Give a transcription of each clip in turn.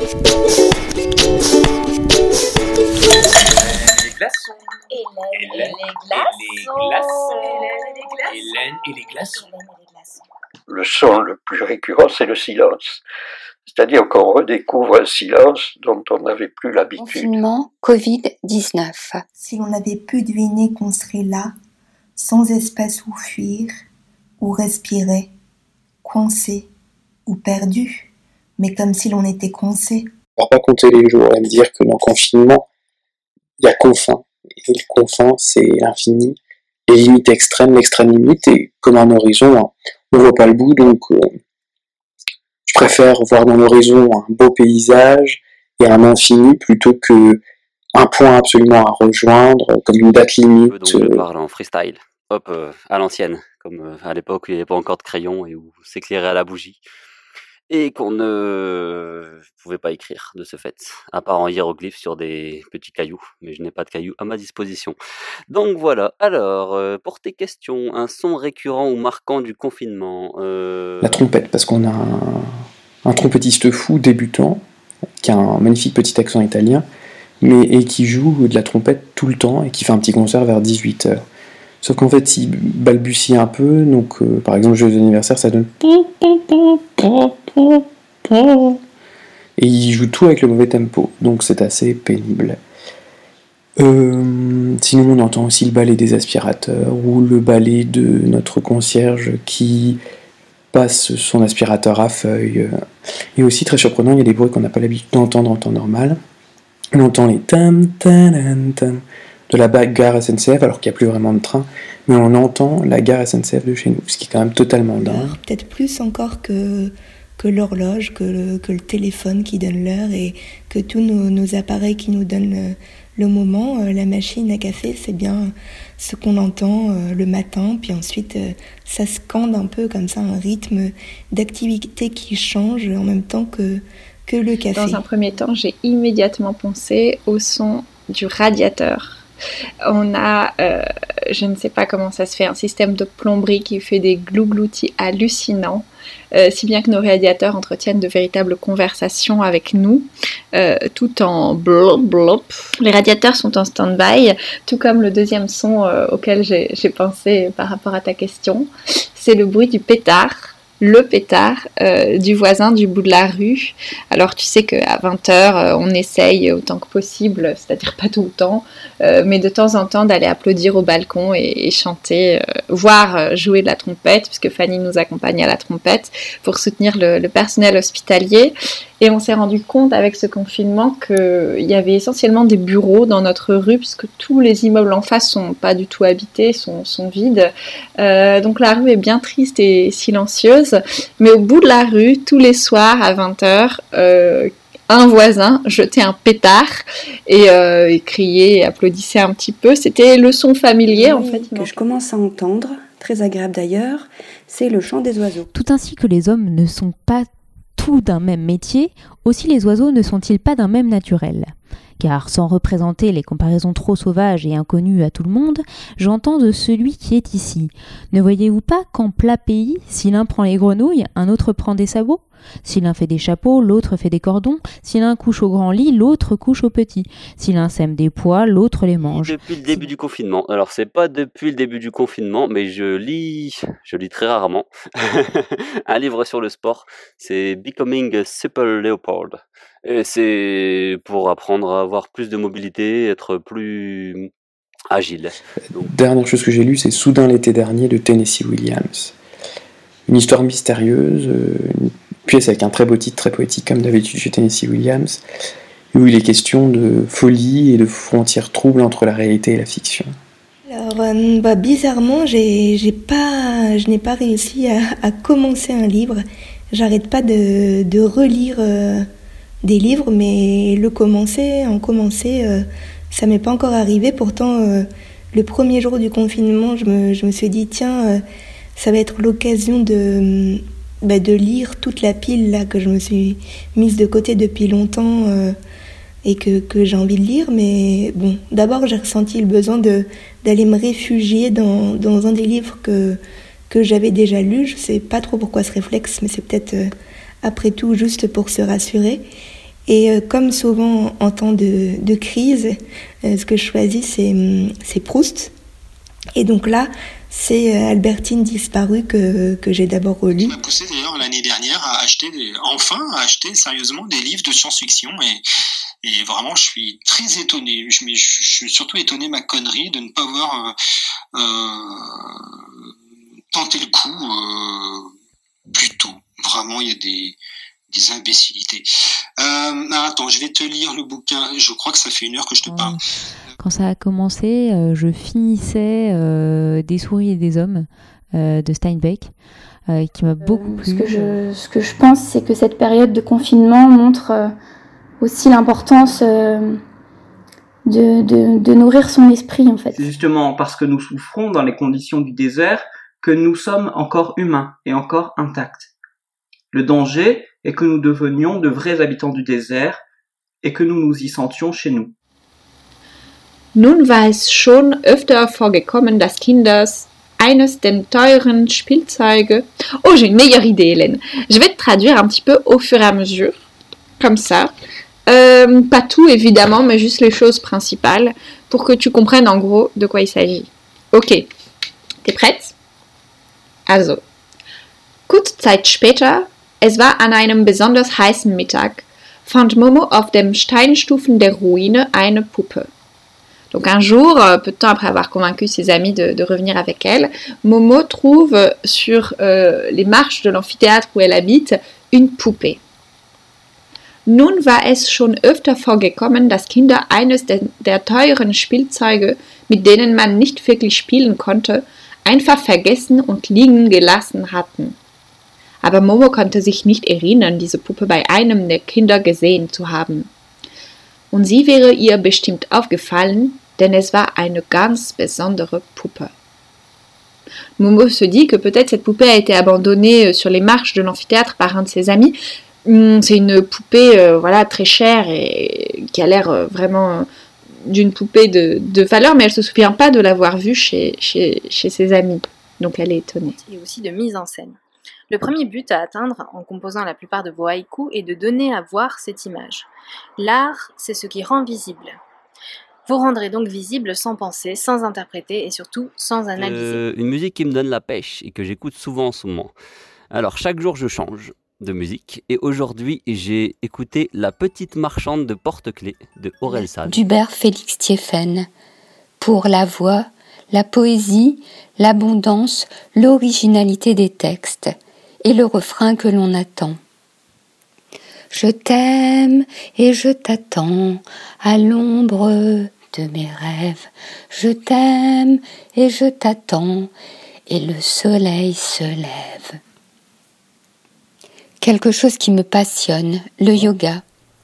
glaçons. Hélène et les glaçons. Hélène et les glaçons. Le son le plus récurrent, c'est le silence. C'est-à-dire qu'on redécouvre un silence dont on n'avait plus l'habitude. Confinement, Covid-19. Si l'on avait pu deviner qu'on serait là, sans espace où fuir, où respirer, coincé ou perdu, mais comme si l'on était coincé. On va pas compter les jours et me dire que dans le confinement, il y a confin. Et le confin, c'est l'infini. Les limites extrêmes, l'extrême limite, et comme un horizon, on voit pas le bout, donc je préfère voir dans l'horizon un beau paysage et un infini plutôt que un point absolument à rejoindre, comme une date limite. Donc je parle en freestyle, hop, à l'ancienne, comme à l'époque où il n'y avait pas encore de crayon et où s'éclairait à la bougie. Et qu'on ne pouvait pas écrire de ce fait, à part en hiéroglyphes sur des petits cailloux, mais je n'ai pas de cailloux à ma disposition. Donc voilà, alors, pour tes questions, un son récurrent ou marquant du confinement La trompette, parce qu'on a un trompettiste fou débutant, qui a un magnifique petit accent italien, et qui joue de la trompette tout le temps, et qui fait un petit concert vers 18h. Sauf qu'en fait, il balbutie un peu, donc par exemple, jeux d'anniversaire, ça donne... Et il joue tout avec le mauvais tempo, donc c'est assez pénible. Sinon, on entend aussi le balai des aspirateurs, ou le balai de notre concierge qui passe son aspirateur à feuilles. Et aussi, très surprenant, il y a des bruits qu'on n'a pas l'habitude d'entendre en temps normal. On entend les tam tam tam de la gare SNCF, alors qu'il n'y a plus vraiment de train, mais on entend la gare SNCF de chez nous, ce qui est quand même totalement dingue. Peut-être plus encore que l'horloge, que le téléphone qui donne l'heure et que tous nos appareils qui nous donnent le moment. La machine à café, c'est bien ce qu'on entend le matin, puis ensuite ça scande un peu comme ça, un rythme d'activité qui change en même temps que le café. Dans un premier temps, j'ai immédiatement pensé au son du radiateur. On a, je ne sais pas comment ça se fait, un système de plomberie qui fait des glougloutis hallucinants, si bien que nos radiateurs entretiennent de véritables conversations avec nous, tout en blop blop. Les radiateurs sont en stand-by, tout comme le deuxième son auquel j'ai pensé par rapport à ta question, c'est le bruit du pétard. Le pétard du voisin du bout de la rue. Alors tu sais qu'à 20h, on essaye autant que possible, c'est-à-dire pas tout le temps, mais de temps en temps d'aller applaudir au balcon et chanter, voire jouer de la trompette, puisque Fanny nous accompagne à la trompette, pour soutenir le personnel hospitalier. Et on s'est rendu compte avec ce confinement qu'il y avait essentiellement des bureaux dans notre rue, puisque tous les immeubles en face sont pas du tout habités, sont vides. Donc la rue est bien triste et silencieuse. Mais au bout de la rue, tous les soirs à 20h, un voisin jetait un pétard et criait et applaudissait un petit peu. C'était le son familier en fait. Que je commence à entendre, très agréable d'ailleurs, c'est le chant des oiseaux. Tout ainsi que les hommes ne sont pas tous d'un même métier, aussi les oiseaux ne sont-ils pas d'un même naturel ? Car sans représenter les comparaisons trop sauvages et inconnues à tout le monde, j'entends de celui qui est ici. Ne voyez-vous pas qu'en plat pays, si l'un prend les grenouilles, un autre prend des sabots ? Si l'un fait des chapeaux, l'autre fait des cordons. Si l'un couche au grand lit, l'autre couche au petit. Si l'un sème des pois, l'autre les mange. Depuis le début du confinement. Alors c'est pas depuis le début du confinement, mais je lis très rarement un livre sur le sport. C'est Becoming a Super Leopard. Et c'est pour apprendre à avoir plus de mobilité, être plus agile. Donc... Dernière chose que j'ai lue, c'est Soudain l'été dernier de Tennessee Williams. Une histoire mystérieuse, une pièce avec un très beau titre, très poétique comme d'habitude chez Tennessee Williams, où il est question de folie et de frontières troubles entre la réalité et la fiction. Alors, bizarrement, je n'ai pas réussi à commencer un livre. J'arrête pas de relire des livres, mais en commencer, ça m'est pas encore arrivé. Pourtant, le premier jour du confinement, je me suis dit, tiens, ça va être l'occasion de lire toute la pile là que je me suis mise de côté depuis longtemps et que j'ai envie de lire. Mais bon, d'abord j'ai ressenti le besoin d'aller me réfugier dans un des livres que j'avais déjà lu. Je sais pas trop pourquoi ce réflexe, mais c'est peut-être après tout juste pour se rassurer. Et comme souvent en temps de crise, ce que je choisis, c'est Proust. Et donc là, c'est Albertine disparue que j'ai d'abord relu. Ça m'a poussé d'ailleurs l'année dernière à acheter sérieusement des livres de science-fiction et vraiment je suis très étonné. Je suis surtout étonné ma connerie de ne pas avoir tenté le coup plus tôt. Vraiment, il y a des imbécilités. Attends, je vais te lire le bouquin. Je crois que ça fait 1 heure que je te parle. Quand ça a commencé, je finissais Des souris et des hommes de Steinbeck, qui m'a beaucoup plu. Ce que je pense, c'est que cette période de confinement montre aussi l'importance de nourrir son esprit, en fait. C'est justement parce que nous souffrons dans les conditions du désert que nous sommes encore humains et encore intacts. Le danger est que nous devenions de vrais habitants du désert et que nous nous y sentions chez nous. Nun war es schon öfter vorgekommen, dass Kinder eines der teuren Spielzeuge... Oh, j'ai une meilleure idée, Hélène. Je vais te traduire un petit peu au fur et à mesure, comme ça. Pas tout, évidemment, mais juste les choses principales, pour que tu comprennes en gros de quoi il s'agit. Ok, t'es prête? Also, kurze Zeit später, es war an einem besonders heißen Mittag, fand Momo auf dem Steinstufen der Ruine eine Puppe. Donc un jour, peu de temps après avoir convaincu ses amis de revenir avec elle, Momo trouve sur les marches de l'amphithéâtre où elle habite une poupée. Nun war es schon öfter vorgekommen, dass Kinder eines der teuren Spielzeuge, mit denen man nicht wirklich spielen konnte, einfach vergessen und liegen gelassen hatten. Aber Momo konnte sich nicht erinnern, diese Puppe bei einem der Kinder gesehen zu haben. Und sie wäre ihr bestimmt aufgefallen, denn es war eine ganz besondere Puppe. Momo se dit que peut-être cette poupée a été abandonnée sur les marches de l'amphithéâtre par un de ses amis. C'est une poupée très chère et qui a l'air vraiment d'une poupée de valeur, mais elle ne se souvient pas de l'avoir vue chez ses amis. Donc elle est étonnée. Et aussi de mise en scène. Le premier but à atteindre en composant la plupart de vos haïkus est de donner à voir cette image. L'art, c'est ce qui rend visible. Vous rendrez donc visible sans penser, sans interpréter et surtout sans analyser. Une musique qui me donne la pêche et que j'écoute souvent en ce moment. Alors chaque jour je change de musique et aujourd'hui j'ai écouté La petite marchande de porte-clés de Orelsan. D'Hubert Félix Thieffen, pour la voix, la poésie, l'abondance, l'originalité des textes et le refrain que l'on attend. Je t'aime et je t'attends à l'ombre de mes rêves. Je t'aime et je t'attends et le soleil se lève. Quelque chose qui me passionne, le yoga.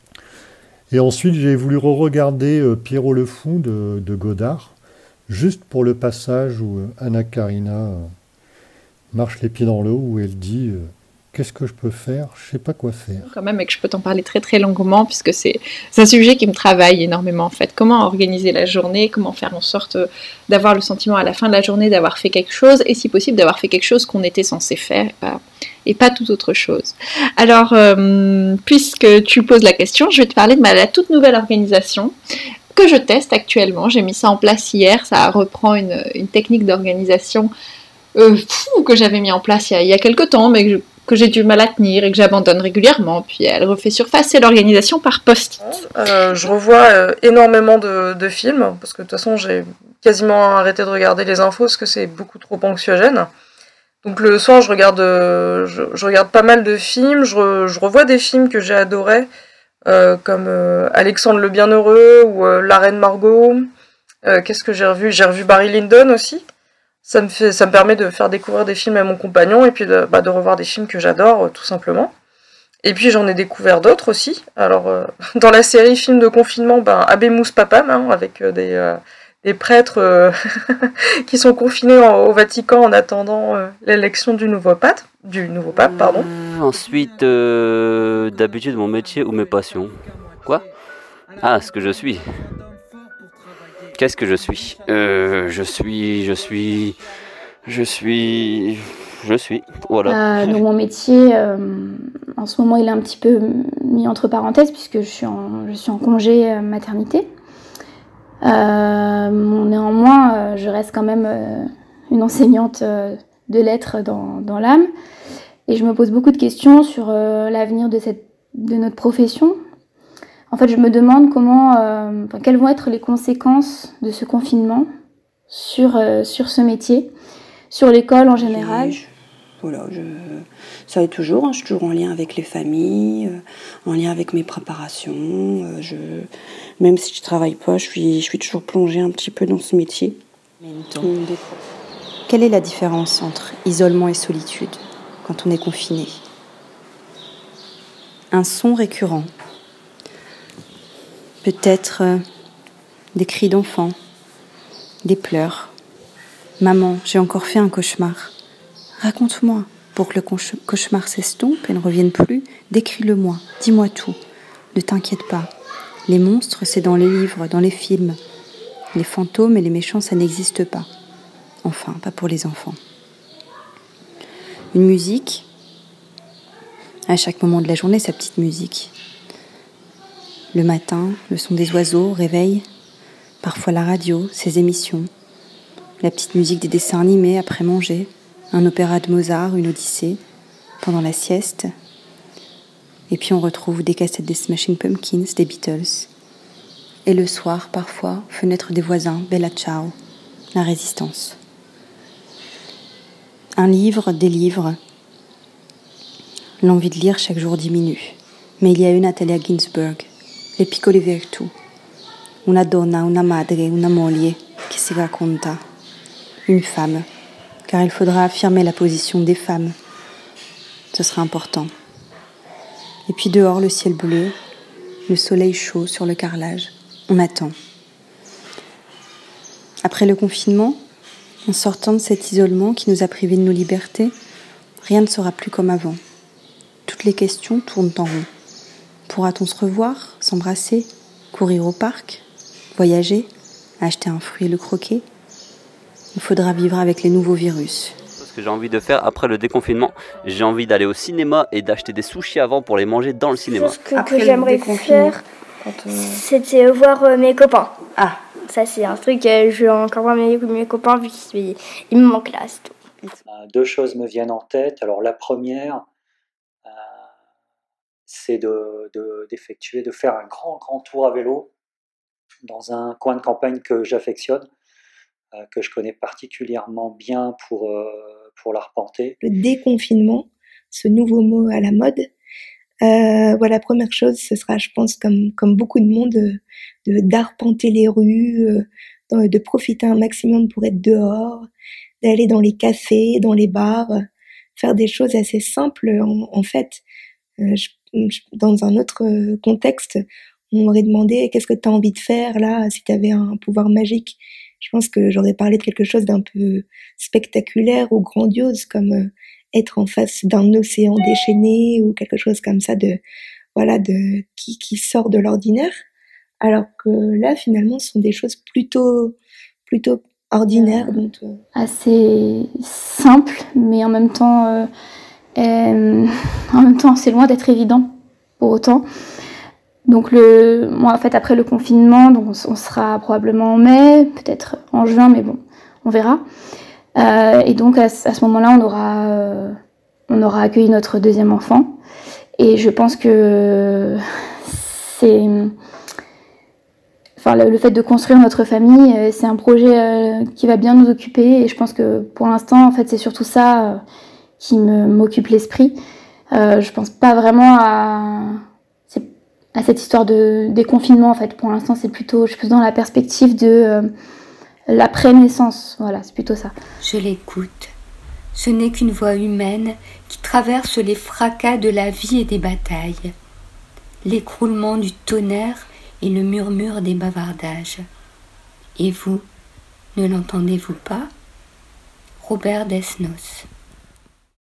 Et ensuite, j'ai voulu re-regarder Pierrot le Fou de Godard, juste pour le passage où Anna Karina marche les pieds dans l'eau, où elle dit qu'est-ce que je peux faire? Je sais pas quoi faire. Quand même, et que je peux t'en parler très très longuement, puisque c'est un sujet qui me travaille énormément en fait. Comment organiser la journée, comment faire en sorte d'avoir le sentiment à la fin de la journée d'avoir fait quelque chose, et si possible d'avoir fait quelque chose qu'on était censé faire, et pas toute autre chose. Alors, puisque tu poses la question, je vais te parler de la toute nouvelle organisation que je teste actuellement. J'ai mis ça en place hier, ça reprend une technique d'organisation que j'avais mis en place il y a quelques temps, mais que j'ai du mal à tenir et que j'abandonne régulièrement, puis elle refait surface, c'est l'organisation par post-it. Je revois énormément de films, parce que de toute façon j'ai quasiment arrêté de regarder les infos, parce que c'est beaucoup trop anxiogène. Donc le soir je regarde pas mal de films, je revois des films que j'ai adorés, comme Alexandre le Bienheureux, ou La Reine Margot. Qu'est-ce que j'ai revu? J'ai revu Barry Lyndon aussi. Ça me permet de faire découvrir des films à mon compagnon et puis de revoir des films que j'adore, tout simplement. Et puis j'en ai découvert d'autres aussi. Alors, dans la série film de confinement, Habemus Papam, avec des prêtres qui sont confinés au Vatican en attendant l'élection du nouveau pape. Ensuite, d'habitude, mon métier ou mes passions. Quoi? Ah, ce que je suis. Qu'est-ce que je suis? Je suis Je suis. Voilà. Donc mon métier, en ce moment, il est un petit peu mis entre parenthèses puisque je suis en congé maternité. Néanmoins, je reste quand même une enseignante de lettres dans l'âme. Et je me pose beaucoup de questions sur l'avenir de notre profession. En fait, je me demande quelles vont être les conséquences de ce confinement sur ce métier, sur l'école en général. Ça est toujours, je suis toujours en lien avec les familles, en lien avec mes préparations. Même si je ne travaille pas, je suis toujours plongée un petit peu dans ce métier. Quelle est la différence entre isolement et solitude quand on est confiné? Un son récurrent. Peut-être des cris d'enfants, des pleurs. Maman, j'ai encore fait un cauchemar. Raconte-moi, pour que le cauchemar s'estompe et ne revienne plus, décris-le-moi, dis-moi tout. Ne t'inquiète pas. Les monstres, c'est dans les livres, dans les films. Les fantômes et les méchants, ça n'existe pas. Enfin, pas pour les enfants. Une musique, à chaque moment de la journée, sa petite musique. Le matin, le son des oiseaux, réveil. Parfois la radio, ses émissions. La petite musique des dessins animés après manger. Un opéra de Mozart, une Odyssée, pendant la sieste. Et puis on retrouve des cassettes des Smashing Pumpkins, des Beatles. Et le soir, parfois, fenêtre des voisins, Bella Ciao, la résistance. Un livre, des livres. L'envie de lire chaque jour diminue. Mais il y a une Natalia Ginzburg, Les piccole virtù. Una donna, una madre, una moglie, che si racconta. Une femme. Car il faudra affirmer la position des femmes. Ce sera important. Et puis dehors, le ciel bleu, le soleil chaud sur le carrelage. On attend. Après le confinement, en sortant de cet isolement qui nous a privés de nos libertés, rien ne sera plus comme avant. Toutes les questions tournent en rond. Pourra-t-on se revoir, s'embrasser, courir au parc, voyager, acheter un fruit et le croquer ? Il faudra vivre avec les nouveaux virus. Ce que j'ai envie de faire après le déconfinement, j'ai envie d'aller au cinéma et d'acheter des sushis avant pour les manger dans le cinéma. Ce que j'aimerais faire, c'était voir mes copains. Ah, ça c'est un truc, je vais encore voir mes copains vu qu'ils me manquent là, c'est tout. Deux choses me viennent en tête. Alors la première, c'est de faire un grand tour à vélo dans un coin de campagne que j'affectionne, que je connais particulièrement bien pour l'arpenter. Le déconfinement, ce nouveau mot à la mode, la première chose, ce sera, je pense, comme beaucoup de monde, d'arpenter les rues, de profiter un maximum pour être dehors, d'aller dans les cafés, dans les bars, faire des choses assez simples. En fait, dans un autre contexte, on m'aurait demandé qu'est-ce que tu as envie de faire là si tu avais un pouvoir magique. Je pense que j'aurais parlé de quelque chose d'un peu spectaculaire ou grandiose, comme être en face d'un océan déchaîné ou quelque chose comme ça qui sort de l'ordinaire. Alors que là, finalement, ce sont des choses plutôt ordinaires. Assez simples, mais en même temps, c'est loin d'être évident pour autant. Donc moi, en fait, après le confinement, donc on sera probablement en mai, peut-être en juin, mais bon, on verra. Et donc à ce moment-là, on aura accueilli notre deuxième enfant. Et je pense que le fait de construire notre famille, c'est un projet qui va bien nous occuper. Et je pense que pour l'instant, en fait, c'est surtout ça qui m'occupe l'esprit. Je pense pas vraiment à cette histoire de déconfinement, en fait. Pour l'instant, je suis plus dans la perspective de l'après-naissance. Voilà, c'est plutôt ça. Je l'écoute. Ce n'est qu'une voix humaine qui traverse les fracas de la vie et des batailles, l'écroulement du tonnerre et le murmure des bavardages. Et vous, ne l'entendez-vous pas ? Robert Desnos.